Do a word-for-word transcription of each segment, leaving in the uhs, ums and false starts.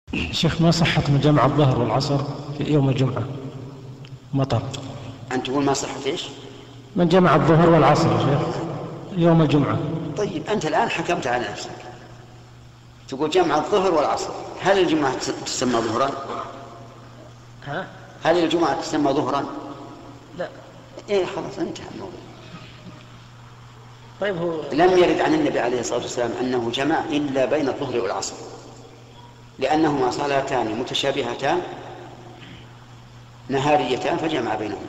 شيخ، ما صحة من جمع الظهر والعصر في يوم الجمعة مطر؟ أنت تقول ما صحت إيش؟ من جمع الظهر والعصر يا شيخ يوم الجمعة. طيب أنت الآن حكمت على نفسك، تقول جمع الظهر والعصر. هل الجمعة تسمى ظهرا؟ ها؟ هل الجمعة تسمى ظهرا؟ لا. إيه خلاص انتهى الموضوع. طيب هو لم يرد عن النبي عليه الصلاة والسلام أنه جمع إلا بين الظهر والعصر، لأنهما صلاتان متشابهتان نهاريتان فجمع بينهما.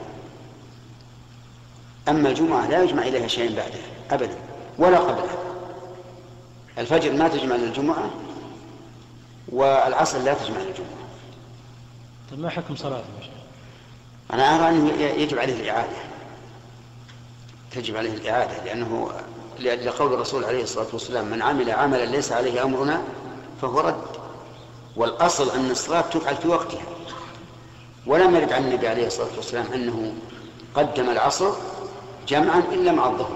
أما الجمعة لا يجمع إليها شيء بعدها أبدا ولا قبلها. الفجر ما تجمع للجمعة والعصر لا تجمع للجمعة. طيب ما حكم صلاته يا شيخ؟ أنا أرى أنه يجب عليه الإعادة، تجب عليه الإعادة، لأنه لقول الرسول عليه الصلاة والسلام: من عمل عملا ليس عليه أمرنا فهو رد. والأصل أن الصلاة تفعل في وقتها، ولم يرد عن النبي عليه الصلاة والسلام أنه قدم العصر جمعا إلا مع الظهر،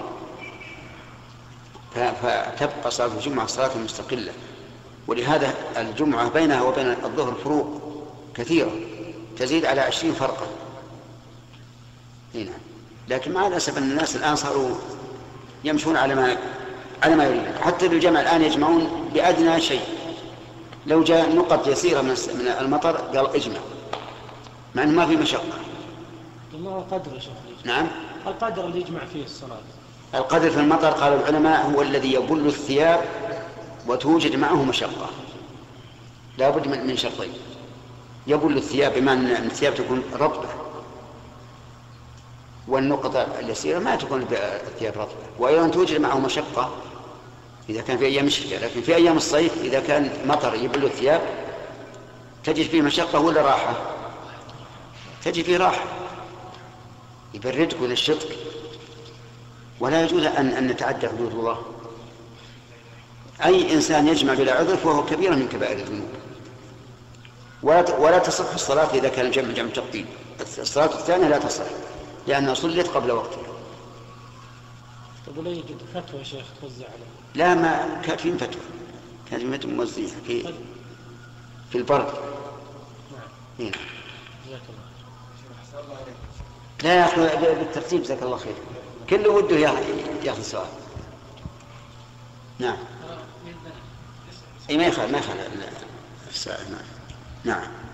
فتبقى صلاة الجمعة صلاة مستقلة. ولهذا الجمعة بينها وبين الظهر فروق كثيرة تزيد على عشرين فرقا هنا. لكن مع الأسف أن الناس الآن صاروا يمشون على ما على ما يريدون. حتى بالجمع الآن يجمعون بأدنى شيء، لو جاء نقط يسيرة من المطر قال اجمع، مع أنه ما في مشقة. ما هو القدر يا شيخ؟ نعم، القدر اللي يجمع فيه الصلاة. القدر في المطر قال العلماء هو الذي يبل الثياب وتوجد معه مشقة، لا بد من شرطين: يبل الثياب بمعنى أن الثياب تكون رطبة، والنقطة اليسيرة ما تكون الثياب رطبة، وأيضا توجد معه مشقة إذا كان في أيام الشتاء. لكن في أيام الصيف إذا كان مطر يبل الثياب تجد فيه مشقة ولا راحة؟ تجد فيه راحة، يبردك للشتك. ولا يجوز أن, أن نتعدى حدود الله. أي إنسان يجمع بلا عذر فهو كبير من كبائر الذنوب. ولا, ولا تصح الصلاة إذا كان الجمع جمع تقديم. الصلاة الثانية لا تصح لأنها صلت قبل وقتها. طب ولا يوجد فتوى يا شيخ توزع عليه؟ لا، ما كانت في فتوى، كانت في فتوى موزعة في في البرد. نعم. جزاك الله. لا يا أخي بالترتيب، جزاك الله خير. كله وده ياخذ سؤال. نعم. اي ما يخالف ما يخالف السؤال. نعم.